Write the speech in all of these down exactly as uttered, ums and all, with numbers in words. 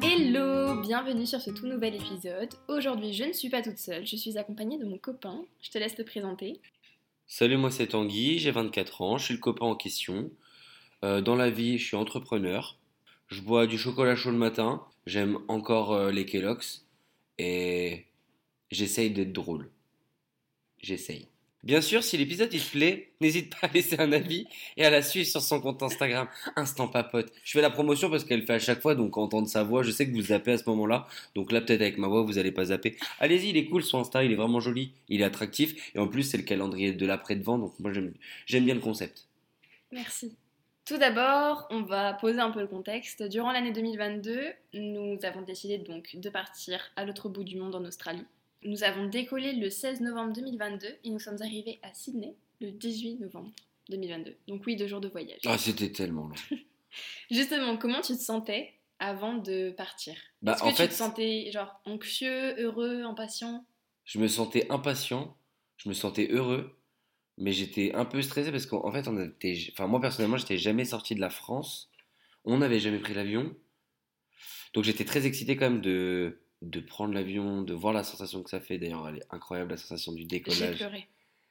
Hello, bienvenue sur ce tout nouvel épisode. Aujourd'hui, je ne suis pas toute seule, je suis accompagnée de mon copain. Je te laisse te présenter. Salut, moi c'est Tanguy, j'ai vingt-quatre ans, je suis le copain en question. Euh, dans la vie, je suis entrepreneur. Je bois du chocolat chaud le matin, j'aime encore euh, les Kellogg's et j'essaye d'être drôle. J'essaye. Bien sûr, si l'épisode il te plaît, n'hésite pas à laisser un avis et à la suivre sur son compte Instagram, Instant Papote. Je fais la promotion parce qu'elle fait à chaque fois, donc entendre sa voix, je sais que vous zappez à ce moment-là. Donc là, peut-être avec ma voix, vous allez pas zapper. Allez-y, il est cool son Insta, il est vraiment joli, il est attractif et en plus, c'est le calendrier de l'après-devant, donc moi j'aime, j'aime bien le concept. Merci. Tout d'abord, on va poser un peu le contexte. Durant l'année deux mille vingt-deux, nous avons décidé donc de partir à l'autre bout du monde en Australie. Nous avons décollé le seize novembre deux mille vingt-deux et nous sommes arrivés à Sydney le dix-huit novembre deux mille vingt-deux. Donc oui, deux jours de voyage. Ah, c'était tellement long. Justement, comment tu te sentais avant de partir? Bah, Est-ce que en tu fait, te sentais genre anxieux, heureux, impatient? je me sentais impatient, je me sentais heureux, mais j'étais un peu stressé parce qu'en en fait, on était, enfin moi personnellement, j'étais jamais sorti de la France, on n'avait jamais pris l'avion, donc j'étais très excité quand même de de prendre l'avion, de voir la sensation que ça fait. D'ailleurs, elle est incroyable la sensation du J'ai décollage, pleuré.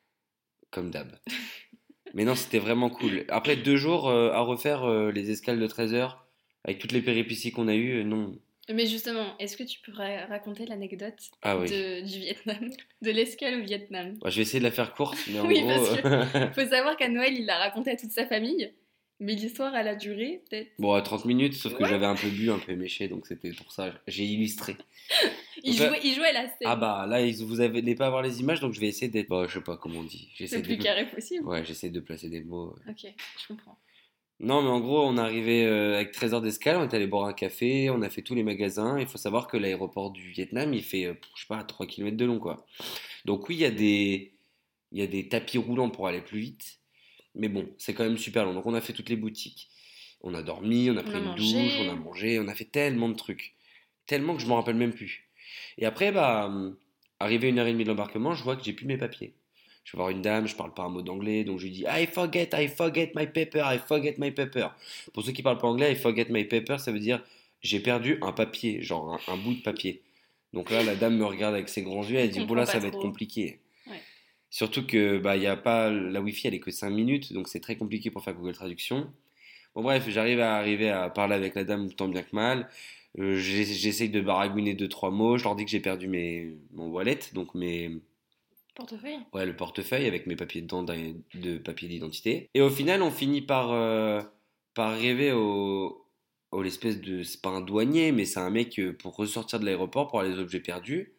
comme d'hab. Mais non, c'était vraiment cool. Après deux jours euh, à refaire euh, les escales de treize heures avec toutes les péripéties qu'on a eues, euh, non. Mais justement, est-ce que tu pourrais raconter l'anecdote Ah oui. de, du Vietnam, de l'escale au Vietnam? Bah, je vais essayer de la faire courte, mais en Oui, gros. parce que euh, faut savoir qu'à Noël, il l'a raconté à toute sa famille, mais l'histoire, elle a duré peut-être. Bon, à trente minutes, sauf que Ouais. j'avais un peu bu, un peu méché, donc c'était pour ça. J'ai illustré. Il Donc là- jouait, il jouait la scène Ah bah là, ils- vous n'allez pas avoir les images, donc je vais essayer d'être. Bah, je sais pas comment on dit. J'essaie le plus de. carré possible. Ouais, j'essaie de placer des mots. Ok, je comprends. Non, mais en gros, on est arrivé euh, avec treize heures d'escale, on est allé boire un café, on a fait tous les magasins. Il faut savoir que l'aéroport du Vietnam, il fait, euh, je sais pas, trois kilomètres de long, quoi. Donc oui, il y a des, il y a des tapis roulants pour aller plus vite. Mais bon, c'est quand même super long. Donc on a fait toutes les boutiques. On a dormi, on a On pris a une mangé. douche, on a mangé, on a fait tellement de trucs. Tellement que je me rappelle même plus. Et après, bah, hum, arrivé une heure et demie de l'embarquement, je vois que j'ai plus mes papiers. Je vais voir une dame, je parle pas un mot d'anglais, donc je lui dis I forget, I forget my paper, I forget my paper. Pour ceux qui parlent pas anglais, I forget my paper, ça veut dire j'ai perdu un papier, genre un, un bout de papier. Donc là, la dame me regarde avec ses grands yeux, elle Je dit comprends bon là, pas ça va être trop. compliqué. Ouais. Surtout que bah il y a pas la Wi-Fi, elle est que cinq minutes, donc c'est très compliqué pour faire Google Traduction. Bon bref, j'arrive à arriver à parler avec la dame tant bien que mal. Euh, j'ai- j'essaye de baragouiner deux trois mots. Je leur dis que j'ai perdu mes mon wallet, donc mes Portefeuille. ouais le portefeuille avec mes papiers dedans d'un- de papier d'identité. Et au final, on finit par euh, par arriver au au l'espèce de c'est pas un douanier, mais c'est un mec euh, pour ressortir de l'aéroport pour avoir les objets perdus.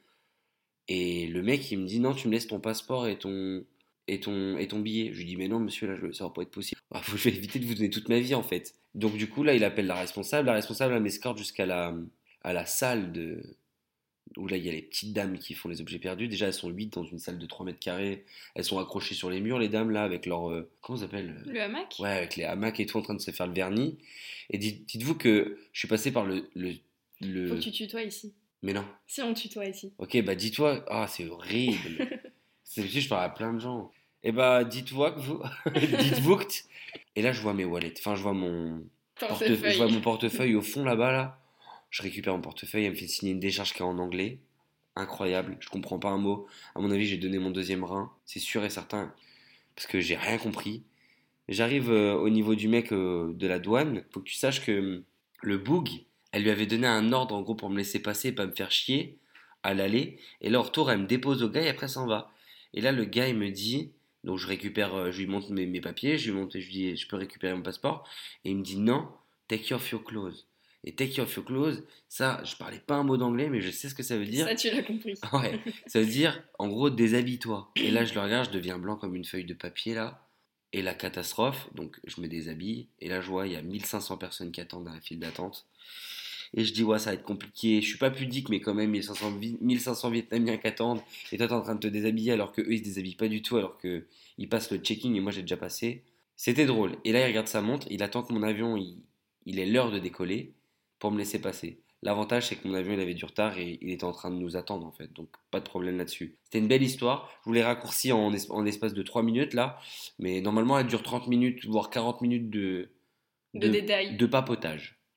Et le mec, il me dit non, tu me laisses ton passeport et ton et ton et ton billet. Je lui dis mais non, monsieur, là, je- ça va pas être possible. Ah, faut- je vais éviter de vous donner toute ma vie en fait. Donc du coup là, il appelle la responsable. La responsable elle m'escorte jusqu'à la à la salle de où là il y a les petites dames qui font les objets perdus. Déjà elles sont huit dans une salle de trois mètres carrés. Elles sont accrochées sur les murs les dames là avec leur euh, comment ça s'appelle? Le hamac. Ouais, avec les hamacs et tout en train de se faire le vernis. Et dites, dites-vous que je suis passé par le le le. Faut que tu tutoies ici. Mais non. Si on tutoie ici. Ok, bah dis-toi. Ah, c'est horrible. C'est juste, je parle à plein de gens. Et bah, dites-vous que vous. Dites-vous que. t- Et là, je vois mes wallets. Enfin, je vois mon portefeuille. Je vois Portefeuille. mon portefeuille au fond là-bas, là. Je récupère mon portefeuille. Elle me fait signer une décharge qui est en anglais. Incroyable. Je comprends pas un mot. À mon avis, j'ai donné mon deuxième rein. C'est sûr et certain. Parce que j'ai rien compris. J'arrive euh, au niveau du mec euh, de la douane. Faut que tu saches que hum, le boug, elle lui avait donné un ordre en gros pour me laisser passer et pas me faire chier à l'aller. Et là, au retour, elle me dépose au gars et après s'en va. Et là, le gars, il me dit, donc je récupère, euh, je lui montre mes, mes papiers, je lui montre, je lui dis, je peux récupérer mon passeport. Et il me dit non, take off your clothes. Et take off your clothes, ça, je parlais pas un mot d'anglais, mais je sais ce que ça veut dire. Ça, tu l'as compris. Ouais, ça veut dire, en gros, déshabille-toi. Et là, je le regarde, je deviens blanc comme une feuille de papier, là. Et la catastrophe, donc je me déshabille. Et là, je vois, il y a mille cinq cents personnes qui attendent à la file d'attente. Et je dis, ouais, ça va être compliqué. Je suis pas pudique, mais quand même, mille cinq cents, vi- mille cinq cents Vietnamiens qui attendent. Et toi, t'es en train de te déshabiller alors que eux, ils se déshabillent pas du tout, alors que ils passent le checking et moi, j'ai déjà passé. C'était drôle. Et là, il regarde sa montre. Il attend que mon avion, il, il est l'heure de décoller pour me laisser passer. L'avantage, c'est que mon avion, il avait du retard et il était en train de nous attendre, en fait. Donc, pas de problème là-dessus. C'était une belle histoire. Je vous l'ai raccourci en, es- en espace de trois minutes, là. Mais normalement, elle dure trente minutes, voire quarante minutes de, De détails. de papotage.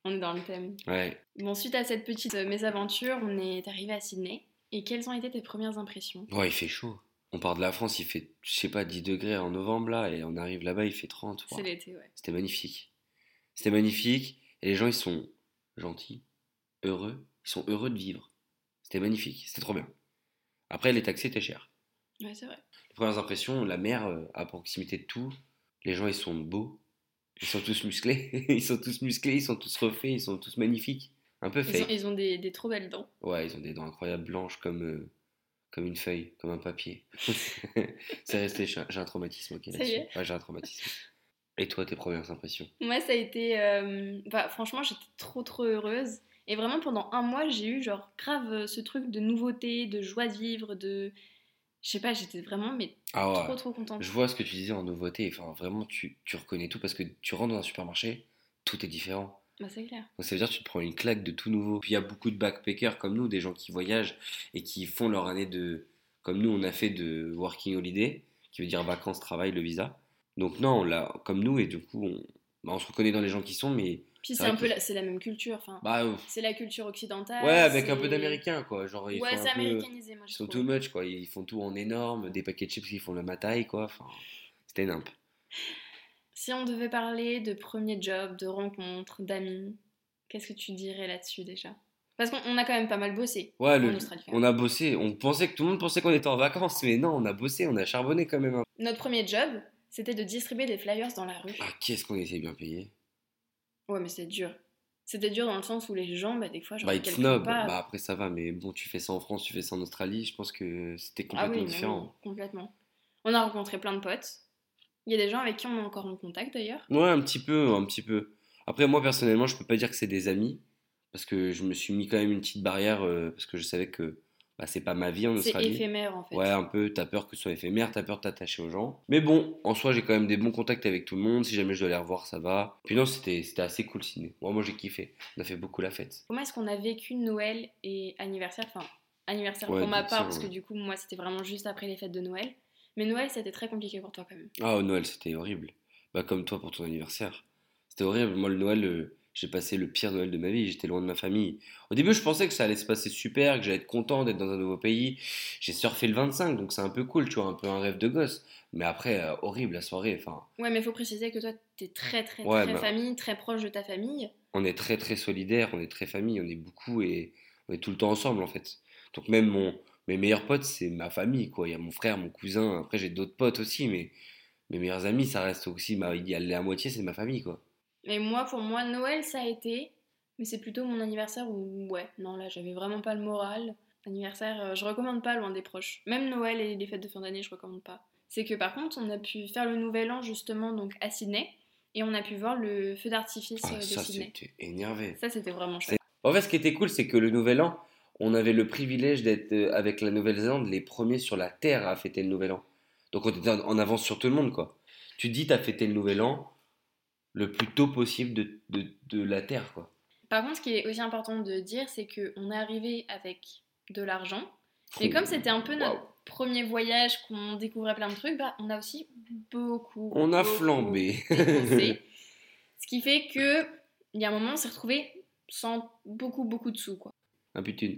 On est dans le thème. Ouais. Bon, suite à cette petite euh, mésaventure, on est arrivé à Sydney. Et quelles ont été tes premières impressions? Ouais, il fait chaud. On part de la France, il fait, je sais pas, dix degrés en novembre là, et on arrive là-bas, il fait trente. C'est Waouh. l'été, ouais. C'était magnifique. C'était magnifique, et les gens, ils sont gentils, heureux, ils sont heureux de vivre. C'était magnifique, c'était trop bien. Après, les taxis étaient chers. Ouais, c'est vrai. Les premières impressions, la mer euh, à proximité de tout, les gens, ils sont beaux, ils sont tous musclés, ils sont tous musclés, ils sont tous refaits, ils sont tous magnifiques. Un peu Ils ont, fake. ils ont des, des trop belles dents. Ouais, ils ont des dents incroyables, blanches comme, euh, comme une feuille, comme un papier. C'est resté, j'ai un j'ai un traumatisme, ok, Ça y là-dessus. est. Ouais, j'ai un traumatisme. Et toi, tes premières impressions? Moi, ça a été. euh, bah, franchement, j'étais trop trop heureuse. Et vraiment, pendant un mois, j'ai eu genre grave euh, ce truc de nouveauté, de joie de vivre, de. Je sais pas, j'étais vraiment mais Ah ouais, trop trop contente. je vois ce que tu disais en nouveauté. Enfin, vraiment, tu, tu reconnais tout parce que tu rentres dans un supermarché, tout est différent. Bah, c'est clair. Donc, ça veut dire que tu te prends une claque de tout nouveau. Puis il y a beaucoup de backpackers comme nous, des gens qui voyagent et qui font leur année de. Comme nous, on a fait de working holiday, qui veut dire vacances, travail, le visa. Donc, non, on l'a comme nous et du coup, on, bah, on se reconnaît dans les gens qui sont, mais Puis c'est c'est vrai un peu que. la, c'est la même culture. Enfin, Bah, euh, c'est la culture ouais, occidentale. avec un peu C'est. d'américain, quoi. Genre, ils Ouais, font un c'est peu. américanisé, moi Ils je sont trouve. too much, quoi. Ils font tout en énorme, des paquets de chips qui font la mataille, quoi. Enfin, c'était nimp. Si on devait parler de premier job, de rencontre, d'amis, qu'est-ce que tu dirais là-dessus déjà? Parce qu'on on a quand même pas mal bossé Ouais, en le, Australie quand on même. a bossé. On pensait que tout le monde pensait qu'on était en vacances, mais non, on a bossé, on a charbonné quand même. Hein. Notre premier job, c'était de distribuer des flyers dans la Ah, rue. qu'est-ce qu'on était bien payé. Ouais, mais c'était dur. C'était dur dans le sens où les gens, bah, des fois, genre, Bah, ils ils te calculent snob. pas. Bah, après, ça va, mais bon, tu fais ça en France, tu fais ça en Australie, je pense que c'était Ah complètement oui, mais oui, différent. complètement. On a rencontré plein de potes. Il y a des gens avec qui on est encore en contact d'ailleurs. Ouais, un petit peu, un petit peu. Après, moi, personnellement, je peux pas dire que c'est des amis, parce que je me suis mis quand même une petite barrière, euh, parce que je savais que bah, c'est pas ma vie en C'est Australie. éphémère en Ouais, fait. un peu, t'as peur que ce soit éphémère, t'as peur de t'attacher aux gens. Mais bon, en soi, j'ai quand même des bons contacts avec tout le monde. Si jamais je dois les revoir, ça va. Puis non, c'était c'était assez cool, ciné. Moi, moi j'ai kiffé. On a fait beaucoup la fête. Comment est-ce qu'on a vécu Noël et anniversaire? Enfin, anniversaire Ouais, pour ma bien part, sûr. parce que Ouais. du coup, moi, c'était vraiment juste après les fêtes de Noël. Mais Noël, c'était très compliqué pour toi quand même. Ah, au Noël, c'était horrible. Bah, comme toi pour ton anniversaire. C'était horrible. Moi, le Noël, euh, j'ai passé le pire Noël de ma vie. J'étais loin de ma famille. Au début, je pensais que ça allait se passer super, que j'allais être content d'être dans un nouveau pays. J'ai surfé le vingt-cinq, donc c'est un peu cool, tu vois, un peu un rêve de gosse. Mais après, euh, horrible la soirée. Enfin, Ouais, mais il faut préciser que toi, t'es très, très, ouais, très bah, famille, très proche de ta famille. on est très très solidaires, on est très famille, on est beaucoup et on est tout le temps ensemble en fait. Donc même mon, mes meilleurs potes, c'est ma famille quoi. Il y a mon frère, mon cousin, après j'ai d'autres potes aussi, mais mes meilleurs amis, ça reste aussi, ma, il y a la moitié, c'est ma famille quoi. Et moi, pour moi, Noël, ça a été. Mais c'est plutôt mon anniversaire où, ouais, non, là, j'avais vraiment pas le moral. Anniversaire, euh, je recommande pas loin des proches. Même Noël et les fêtes de fin d'année, je recommande pas. C'est que par contre, on a pu faire le nouvel an justement donc à Sydney. Et on a pu voir le feu d'artifice Ah euh, de ça Sydney. c'était énervé. Ça, c'était vraiment C'est- chouette. En fait, ce qui était cool, c'est que le Nouvel An, on avait le privilège d'être euh, avec la Nouvelle-Zélande les premiers sur la Terre à fêter le Nouvel An. Donc on était en en avance sur tout le monde quoi. Tu te dis, t'as fêté le Nouvel An le plus tôt possible de, de, de la Terre quoi. Par contre, ce qui est aussi important de dire, c'est qu'on est arrivé avec de l'argent. Oh, Mais comme c'était un peu waouh. notre premier voyage, qu'on découvrait plein de trucs, bah, on a aussi beaucoup, On a beaucoup flambé. dépensé. Ce qui fait que, il y a un moment, on s'est retrouvé sans beaucoup, beaucoup de sous, quoi. Un putain.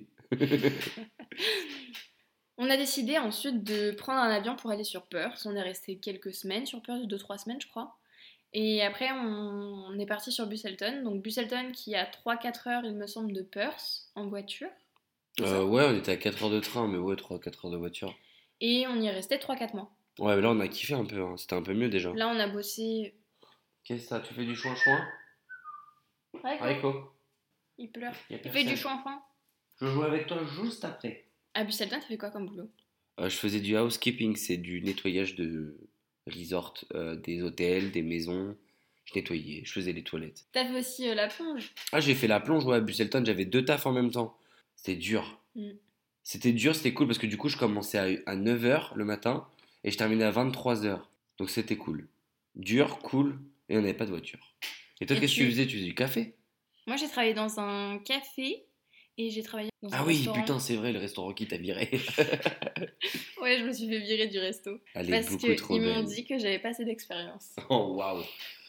On a décidé ensuite de prendre un avion pour aller sur Perth. On est resté quelques semaines sur Perth, deux trois semaines, je crois. Et après, on, on est parti sur Busselton. Donc Busselton qui est à trois quatre heures, il me semble, de Perth en voiture. C'est Euh, ça. ouais, on était à quatre heures de train, mais ouais, trois quatre heures de voiture. Et on y est resté trois quatre mois. Ouais, mais là, on a kiffé un peu, hein. C'était un peu mieux déjà. Là, on a bossé. Qu'est-ce que ça? Tu fais du chouin-chouin? Ouais, quoi. Haricot? Il pleure. Y a Il fait du personne. chouin-chouin. Je joue avec toi juste après. À Busselton, t'as fait quoi comme boulot? Euh, je faisais du housekeeping, c'est du nettoyage de resort, euh, des hôtels, des maisons. Je nettoyais, je faisais les toilettes. T'as fait aussi euh, la plonge. Ah, j'ai fait la plonge, ouais, à Busselton, j'avais deux tafs en même temps. C'était dur. Mm. C'était dur, c'était cool parce que du coup, je commençais à, à neuf heures le matin et je terminais à vingt-trois heures. Donc c'était cool. Dur, cool, et on n'avait pas de voiture. Et toi, Et qu'est-ce que tu- tu faisais? Tu faisais du café? Moi, j'ai travaillé dans un café et j'ai travaillé dans un Ah oui, restaurant. putain, c'est vrai, le restaurant qui t'a viré. Ouais, je me suis fait virer du resto. Elle est Parce beaucoup qu'ils trop m'ont belle. dit que j'avais pas assez d'expérience. Oh waouh.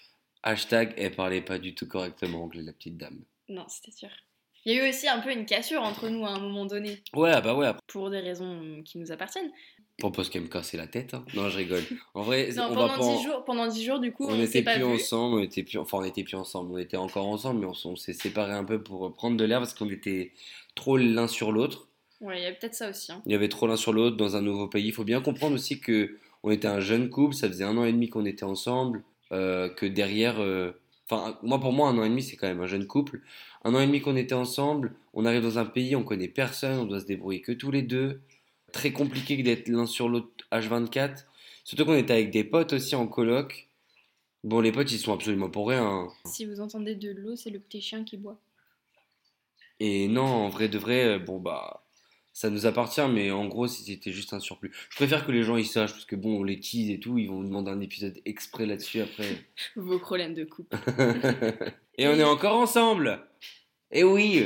Hashtag, elle parlait pas du tout correctement anglais, la petite dame. Non, c'était sûr. Il y a eu aussi un peu une cassure entre nous à un moment donné. Ouais, bah ouais. Après. Pour des raisons qui nous appartiennent. Pour parce qu'elle me cassait la tête. Hein. Non, je rigole. En vrai, non, on pendant va pas. dix En... jours, pendant dix jours, du coup, on on n'était s'est pas plus vus. ensemble. On était plus. Enfin, on était plus ensemble. On était encore ensemble, mais on, on s'est séparés un peu pour prendre de l'air parce qu'on était trop l'un sur l'autre. Ouais, il y avait peut-être ça aussi. Hein. Il y avait trop l'un sur l'autre dans un nouveau pays. Il faut bien comprendre aussi que on était un jeune couple. Ça faisait un an et demi qu'on était ensemble. Euh, que derrière. Euh... Enfin, moi, pour moi, un an et demi, c'est quand même un jeune couple. Un an et demi qu'on était ensemble, on arrive dans un pays, on connaît personne, on doit se débrouiller que tous les deux. Très compliqué d'être l'un sur l'autre H vingt-quatre. Surtout qu'on était avec des potes aussi en coloc. Bon, les potes, ils sont absolument pour rien. Hein. Si vous entendez de l'eau, c'est le petit chien qui boit. Et non, en vrai de vrai, bon, bah, ça nous appartient, mais en gros, si c'était juste un surplus. Je préfère que les gens ils sachent, parce que bon, on les tease et tout, ils vont nous demander un épisode exprès là-dessus après. Vos problèmes de couple. Et on est encore ensemble. Et oui.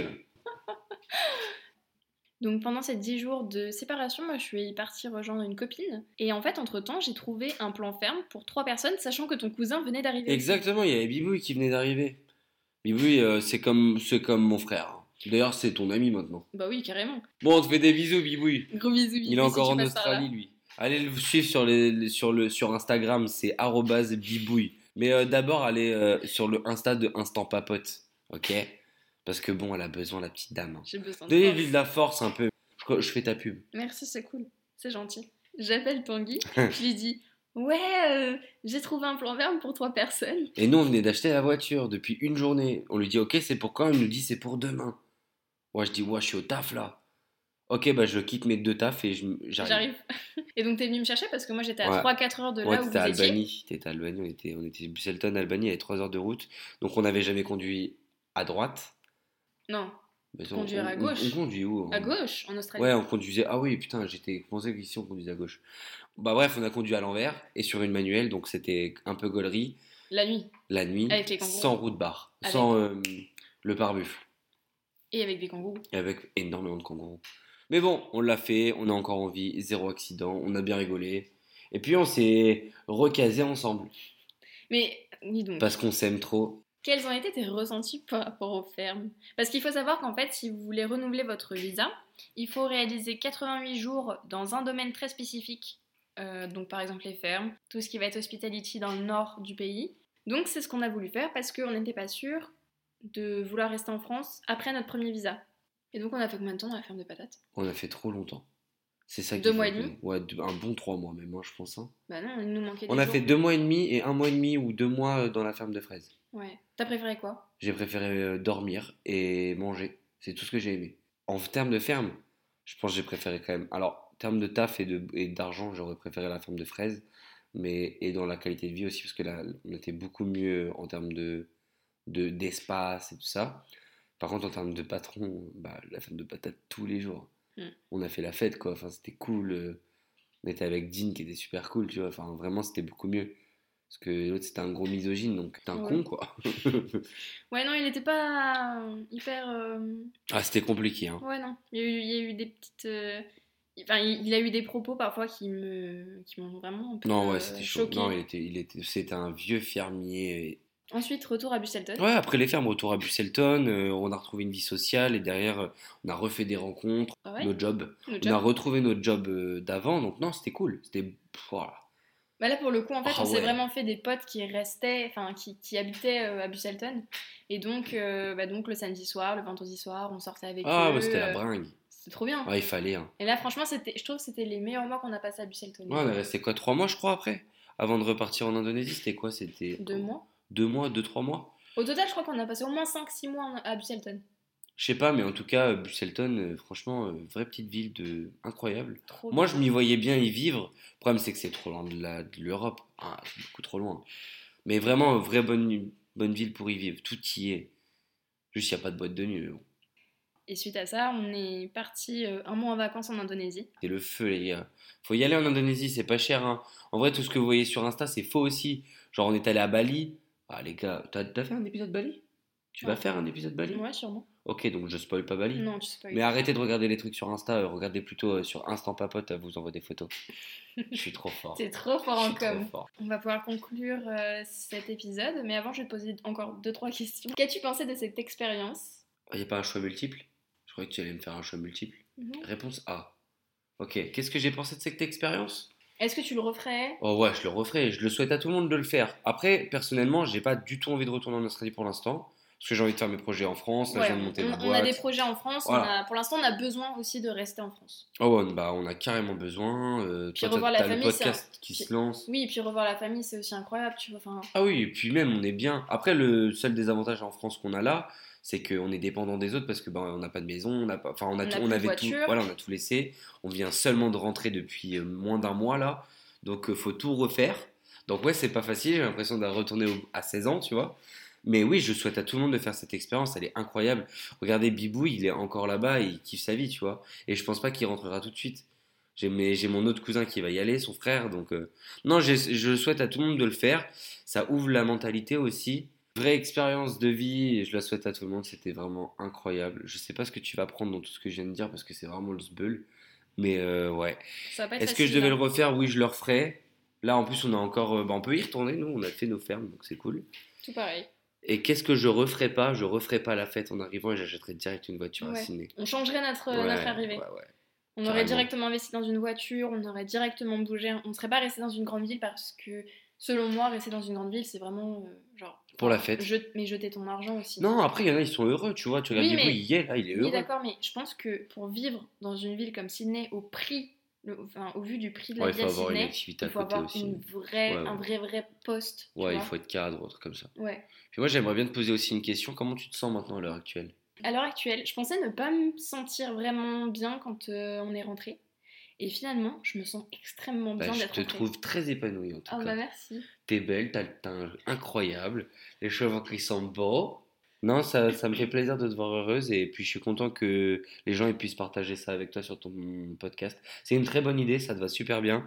Donc pendant ces dix jours de séparation, moi je suis partie rejoindre une copine. Et en fait, entre-temps, j'ai trouvé un plan ferme pour trois personnes, sachant que ton cousin venait d'arriver. Exactement, il y avait Bibouille qui venait d'arriver. Bibouille, euh, c'est comme, c'est comme mon frère. D'ailleurs, c'est ton ami maintenant. Bah oui, carrément. Bon, on te fait des bisous, Bibouille. Gros bisous, Bibouille. Il est encore si en Australie, lui. Allez le suivre sur, les, sur, le, sur Instagram, c'est arobase bibouille. Mais euh, d'abord, allez euh, sur le Insta de Instant Papote, ok? Parce que bon, elle a besoin, la petite dame. Hein. J'ai besoin de Donnez-lui de la force un peu. Je, je fais ta pub. Merci, c'est cool. C'est gentil. J'appelle Tanguy, je lui dis ouais, euh, j'ai trouvé un plan ferme pour trois personnes. Et nous, on venait d'acheter la voiture depuis une journée. On lui dit ok, c'est pour quand? Il nous dit c'est pour demain. Ouais, je dis ouais, je suis au taf là. Ok, bah je quitte mes deux tafs et je, j'arrive. J'arrive. Et donc t'es venu me chercher parce que moi j'étais à ouais. trois quatre heures de là ouais, où vous à étiez. Albanie. T'étais à Albanie, on était, on était Busselton, Albanie, il y avait trois heures de route. Donc on n'avait jamais conduit à droite. Non. Mais on, Conduire on, à gauche. On, on conduit où? À gauche, en Australie. Ouais, on conduisait. Ah oui, putain, j'étais pensé qu'ici on conduisait à gauche. Bah bref, on a conduit à l'envers et sur une manuelle, donc c'était un peu gaulerie. La nuit. La nuit. Avec les kangourous. Sans roue de barre. Avec... Sans euh, le pare-buffle. Et avec des kangourous. Et avec énormément de kangourous. Mais bon, on l'a fait, on est encore en vie, zéro accident, on a bien rigolé. Et puis on s'est recasé ensemble. Mais, dis donc. Parce qu'on s'aime trop. Quels ont été tes ressentis par rapport aux fermes? Parce qu'il faut savoir qu'en fait, si vous voulez renouveler votre visa, il faut réaliser quatre-vingt-huit jours dans un domaine très spécifique. Euh, donc par exemple les fermes, tout ce qui va être hospitality dans le nord du pays. Donc c'est ce qu'on a voulu faire parce qu'on n'était pas sûr de vouloir rester en France après notre premier visa. Et donc on a fait combien de temps dans la ferme de patates? On a fait trop longtemps. C'est ça qui Deux mois et demi? Ouais, un bon trois mois même, moi je pense. Hein. Bah non, il nous manquait des On a jours. fait deux mois et demi et un mois et demi ou deux mois dans la ferme de fraises. Ouais. T'as préféré quoi? J'ai préféré dormir et manger. C'est tout ce que j'ai aimé. En termes de ferme, je pense que j'ai préféré quand même. Alors, en termes de taf et, de, et d'argent, j'aurais préféré la ferme de fraises. Mais, et dans la qualité de vie aussi, parce que là, on était beaucoup mieux en termes de, de, d'espace et tout ça. Par contre, en termes de patron, bah, la ferme de patates tous les jours. Mm. On a fait la fête, quoi. Enfin, c'était cool. On était avec Dean qui était super cool, tu vois. Enfin, vraiment, c'était beaucoup mieux. Parce que l'autre, c'était un gros misogyne, donc t'es un ouais. con, quoi. Ouais, non, il était pas hyper... Euh... Ah, c'était compliqué, hein. Ouais, non. Il y a eu, il y a eu des petites... Euh... Enfin, il a eu des propos parfois qui me qui m'ont vraiment un peu non, ouais, c'était choqué. chaud. Non, il était, il était, c'était un vieux fermier. Ensuite, retour à Busselton. Ouais, après les fermes, retour à Busselton. Euh, on a retrouvé une vie sociale et derrière, on a refait des rencontres, ah ouais nos jobs. Nos on jobs. a retrouvé notre job d'avant, donc non, c'était cool. C'était... Voilà. Bah là, pour le coup, en fait, ah, on ouais. s'est vraiment fait des potes qui restaient, enfin, qui, qui habitaient euh, à Busselton. Et donc, euh, bah, donc, le samedi soir, le vendredi soir, on sortait avec ah, eux. Ah, bah, c'était la bringue. C'était trop bien. Ouais, il fallait. Hein. Et là, franchement, c'était, je trouve que c'était les meilleurs mois qu'on a passé à Busselton. Ouais, on est resté quoi, trois mois, je crois, après? Avant de repartir en Indonésie, c'était quoi? C'était... Deux mois. Deux mois, deux, trois mois. Au total, je crois qu'on a passé au moins cinq six mois à Busselton. Je sais pas, mais en tout cas, Busselton, euh, franchement, euh, vraie petite ville de... incroyable. Trop Moi, bien. je m'y voyais bien y vivre. Le problème, c'est que c'est trop loin de, la... de l'Europe. Ah, c'est beaucoup trop loin. Mais vraiment, une vraie bonne, bonne ville pour y vivre. Tout y est. Juste, il n'y a pas de boîte de nuit. Et suite à ça, on est parti euh, un mois en vacances en Indonésie. C'est le feu, les gars. Faut y aller en Indonésie, c'est pas cher. Hein. En vrai, tout ce que vous voyez sur Insta, c'est faux aussi. Genre, on est allé à Bali. Ah, les gars, t'as, t'as fait un épisode Bali? Tu vas ouais. faire un épisode Bali? Ouais, sûrement. Ok, donc je spoil pas Bali. Non, tu sais pas. Mais arrêtez de regarder les trucs sur Insta, euh, regardez plutôt euh, sur Instant Papote, elle vous envoie des photos. Je suis trop fort. C'est trop fort Je en suis trop com. fort. On va pouvoir conclure euh, cet épisode, mais avant je vais te poser encore deux trois questions. Qu'as-tu pensé de cette expérience? Il n'y a pas un choix multiple? Je croyais que tu allais me faire un choix multiple. Mhm. Réponse A. Ok, qu'est-ce que j'ai pensé de cette expérience? Est-ce que tu le referais? Oh ouais, je le referai, je le souhaite à tout le monde de le faire. Après, personnellement, j'ai pas du tout envie de retourner en Australie pour l'instant, parce que j'ai envie de faire mes projets en France, là Ouais, je viens de monter on, ma on a des boîte. projets en France, on Voilà. a, pour l'instant on a besoin aussi de rester en France. Oh ouais, bah on a carrément besoin. Euh, Puis toi, t'as, revoir la t'as le famille, c'est un- podcast qui puis- se lance. Oui, et puis revoir la famille c'est aussi incroyable, tu vois. Enfin, Ah oui, et puis même on est bien. Après, le seul désavantage en France qu'on a là, c'est qu'on est dépendant des autres parce que ben on n'a pas de maison, on n'a pas, enfin on a On tout, n'a on plus de avait tout, voiture. voilà, on a tout laissé. On vient seulement de rentrer depuis euh, moins d'un mois là, donc il faut tout refaire. Donc ouais, c'est pas facile. J'ai l'impression de retourner au- à seize ans, tu vois. Mais oui, je souhaite à tout le monde de faire cette expérience. Elle est incroyable. Regardez Bibou, il est encore là-bas, et il kiffe sa vie, tu vois. Et je pense pas qu'il rentrera tout de suite. J'ai, mes- j'ai mon autre cousin qui va y aller, son frère. Donc euh, non, j'ai- je souhaite à tout le monde de le faire. Ça ouvre la mentalité aussi. Vraie expérience de vie, et je la souhaite à tout le monde. C'était vraiment incroyable. Je sais pas ce que tu vas prendre dans tout ce que je viens de dire parce que c'est vraiment le sbeul. Mais euh, ouais. ça va pas être Est-ce que je facile. devais le Hein. refaire? Oui, je le referais. Là, en plus, on a encore. euh, bah, on peut y retourner, nous. On a fait nos fermes, donc c'est cool. Tout pareil. Et qu'est-ce que je referais pas? Je referais pas la fête en arrivant et j'achèterais direct une voiture à Ouais. Sydney. On changerait notre, Ouais, notre arrivée. ouais, ouais. On Carrément. aurait directement investi dans une voiture, on aurait directement bougé. On ne serait pas resté dans une grande ville parce que, selon moi, rester dans une grande ville, c'est vraiment euh, genre. Pour la enfin, fête. je- mais jeter ton argent aussi. Non, après, il y en a, ils sont heureux, tu vois. Tu regardes Oui, Bibou, mais- il y est, là, il est Oui, heureux. d'accord, mais je pense que pour vivre dans une ville comme Sydney, au prix, le- enfin, au vu du prix de la Ouais, il vie faut à avoir une Sydney, activité à il faut côté avoir aussi. une vraie, Ouais, ouais. un vrai, vrai poste. tu Ouais, il vois. faut être cadre ou un truc comme ça. Ouais. Puis moi, j'aimerais bien te poser aussi une question. Comment tu te sens maintenant à l'heure actuelle? À l'heure actuelle, je pensais ne pas me sentir vraiment bien quand euh, on est rentré. Et finalement, je me sens extrêmement Bah, bien je d'être te rentrée. trouve très épanouie en tout Ah cas. bah merci. T'es belle, t'as le teint incroyable, les cheveux qui sont beaux. Non, ça, ça me fait plaisir de te voir heureuse et puis je suis content que les gens ils puissent partager ça avec toi sur ton podcast. C'est une très bonne idée, ça te va super bien.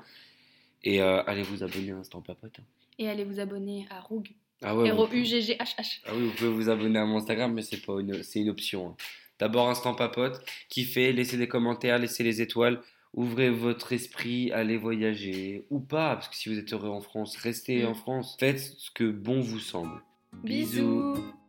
Et euh, allez vous abonner à Instant Papote. hein. Et allez vous abonner à Roug. Ah ouais, R vous, O U G G H H. ah oui, vous pouvez vous abonner à mon Instagram, mais c'est pas une, c'est une option. hein. D'abord Instant Papote, kiffez, laissez des commentaires, laissez les étoiles. Ouvrez votre esprit, allez voyager, ou pas, parce que si vous êtes heureux en France, restez Mm. en France. Faites ce que bon vous semble. Bisous.